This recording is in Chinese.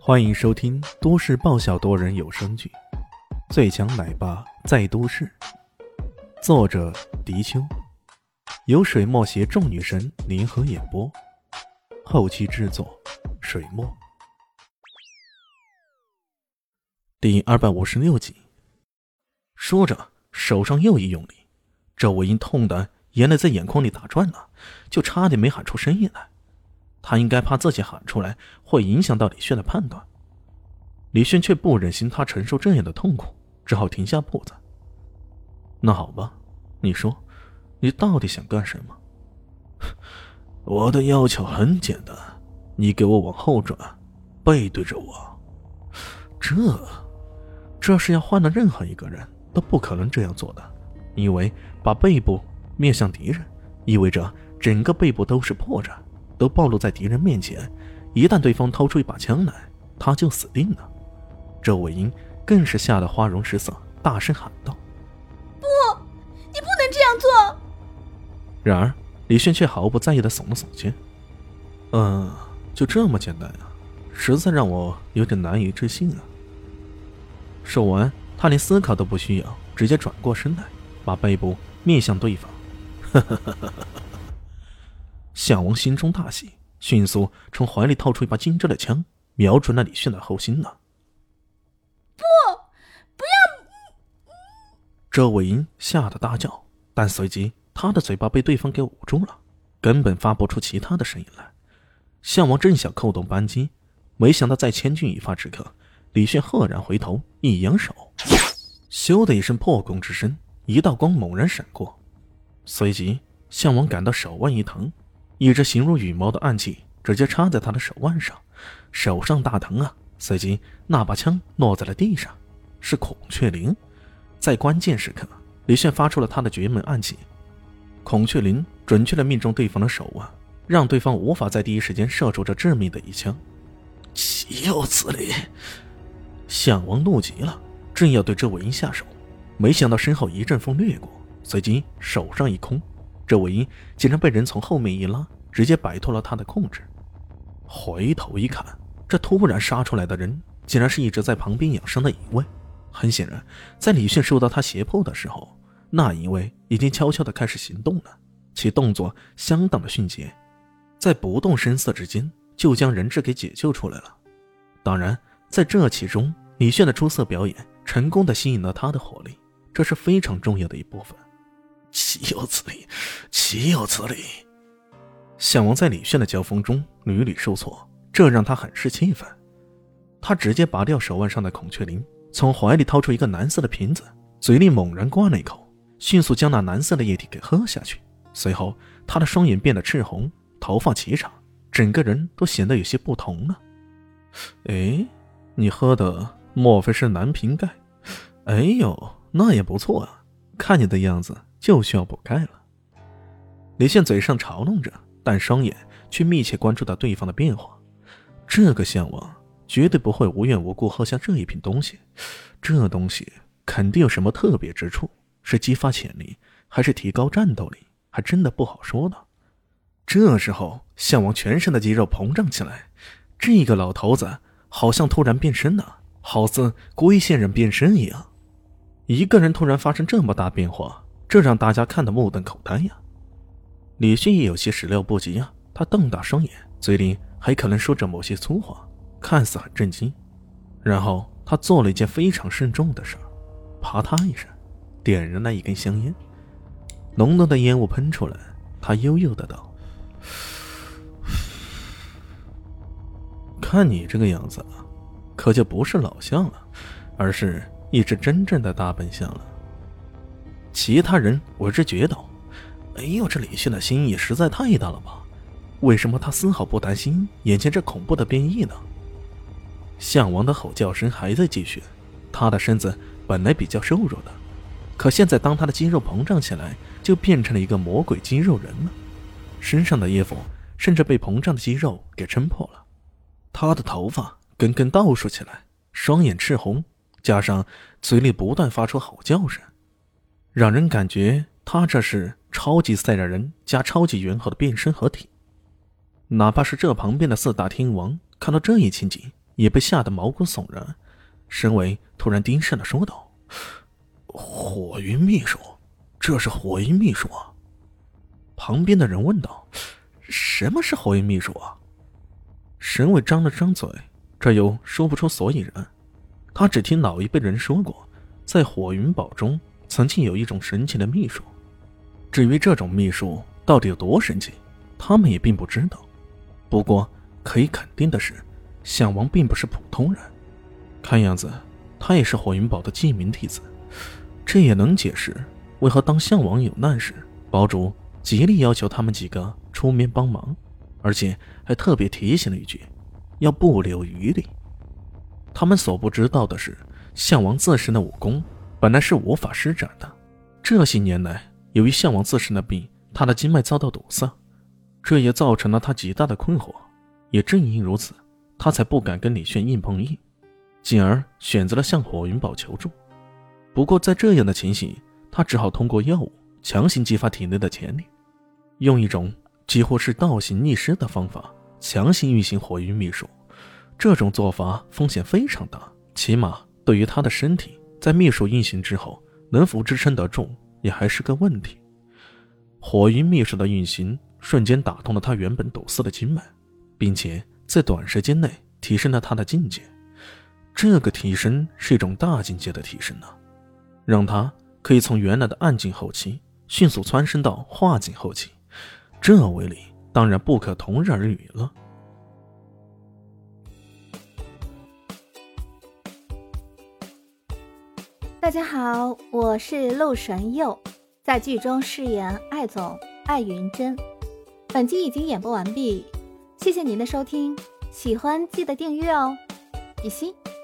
欢迎收听都市爆笑多人有声剧《最强奶爸在都市》，作者：迪秋，由水墨携众女神联合演播，后期制作：水墨。第256集。说着，手上又一用力，周伟英痛得眼泪在眼眶里打转了，就差点没喊出声音来。他应该怕自己喊出来会影响到李炫的判断，李炫却不忍心他承受这样的痛苦，只好停下步子。那好吧，你说，你到底想干什么？我的要求很简单，你给我往后转，背对着我。这是要换了任何一个人都不可能这样做的，因为把背部面向敌人，意味着整个背部都是破绽，都暴露在敌人面前，一旦对方掏出一把枪来，他就死定了。周伟英更是吓得花容失色，大声喊道： 不，你不能这样做。 然而李炫却毫不在意地耸了耸肩。就这么简单啊，实在让我有点难以置信啊。说完，他连思考都不需要，直接转过身来，把背部面向对方。项王心中大喜，迅速从怀里掏出一把精致的枪，瞄准了李炫的后心了。 不要！ 周伟英吓得大叫，但随即他的嘴巴被对方给捂住了，根本发不出其他的声音来。项王正想扣动扳机，没想到在千钧一发之刻，李炫赫然回头一扬手，咻的一声破空之声，一道光猛然闪过，随即项王感到手腕一疼，一只形如羽毛的暗器直接插在他的手腕上，手上大疼啊！随即那把枪落在了地上，是孔雀翎。在关键时刻，李炫发出了他的绝门暗器，孔雀翎准确地命中对方的手腕，让对方无法在第一时间射出这致命的一枪。岂有此理！项王怒极了，正要对周伟英下手，没想到身后一阵风掠过，随即手上一空，周伟英竟然被人从后面一拉，直接摆脱了他的控制。回头一看，这突然杀出来的人竟然是一直在旁边养伤的隐卫。很显然，在李炫受到他胁迫的时候，那隐卫已经悄悄地开始行动了，其动作相当的迅捷，在不动声色之间就将人质给解救出来了。当然，在这其中，李炫的出色表演成功地吸引了他的火力，这是非常重要的一部分。岂有此理！岂有此理！项王在李炫的交锋中屡屡受挫，这让他很是气愤。他直接拔掉手腕上的孔雀翎，从怀里掏出一个蓝色的瓶子，嘴里猛然灌了一口，迅速将那蓝色的液体给喝下去。随后他的双眼变得赤红，头发齐长，整个人都显得有些不同了。你喝的莫非是蓝瓶盖？哎呦，那也不错啊，看你的样子就需要补钙了。李炫嘴上嘲弄着，但双眼却密切关注到对方的变化。这个项王绝对不会无缘无故喝下这一瓶东西，这东西肯定有什么特别之处，是激发潜力还是提高战斗力，还真的不好说呢。这时候项王全身的肌肉膨胀起来，这个老头子好像突然变身了，好似龟仙人变身一样。一个人突然发生这么大变化，这让大家看得目瞪口呆呀。李迅也有些始料不及啊，他瞪大双眼，嘴里还可能说着某些粗话，看似很震惊。然后他做了一件非常慎重的事，啪嗒一声点燃了一根香烟，浓浓的烟雾喷出来，他悠悠的道：看你这个样子啊，可就不是老象了，而是一只真正的大笨象了。其他人为之绝倒，哎呦，这李迅的心也实在太大了吧，为什么他丝毫不担心眼前这恐怖的变异呢？项王的吼叫声还在继续，他的身子本来比较瘦弱的，可现在当他的肌肉膨胀起来，就变成了一个魔鬼肌肉人了，身上的衣服甚至被膨胀的肌肉给撑破了。他的头发根根倒竖起来，双眼赤红，加上嘴里不断发出吼叫声，让人感觉他这是超级赛亚人加超级猿猴的变身合体。哪怕是这旁边的四大天王看到这一情景， 也被吓得毛骨悚然。申伟突然低声地说道：“火云秘术，这是火云秘术啊！”旁边的人问道：“什么是火云秘术啊？”申伟张了张嘴，这又说不出所以然。他只听老一辈人说过，在火云堡中曾经有一种神奇的秘术，至于这种秘术到底有多神奇，他们也并不知道。不过可以肯定的是，项王并不是普通人，看样子他也是火云堡的记名弟子。这也能解释为何当项王有难时，堡主极力要求他们几个出面帮忙，而且还特别提醒了一句，要不留余力。他们所不知道的是，项王自身的武功本来是无法施展的，这些年来由于项王自身的病，他的经脉遭到堵塞，这也造成了他极大的困惑。也正因如此，他才不敢跟李炫硬碰硬，进而选择了向火云堡求助。不过在这样的情形，他只好通过药物强行激发体内的潜力，用一种几乎是倒行逆施的方法强行运行火云秘术。这种做法风险非常大，起码对于他的身体在秘术运行之后能否支撑得住也还是个问题。火云秘术的运行瞬间打通了他原本堵塞的经脉，并且在短时间内提升了他的境界。这个提升是一种大境界的提升啊，让他可以从原来的暗境后期迅速蹿升到化境后期，这威力当然不可同日而语了。 大家好，我是陆神佑，在剧中饰演艾总艾云珍。本集已经演播完毕，谢谢您的收听，喜欢记得订阅哦，比心。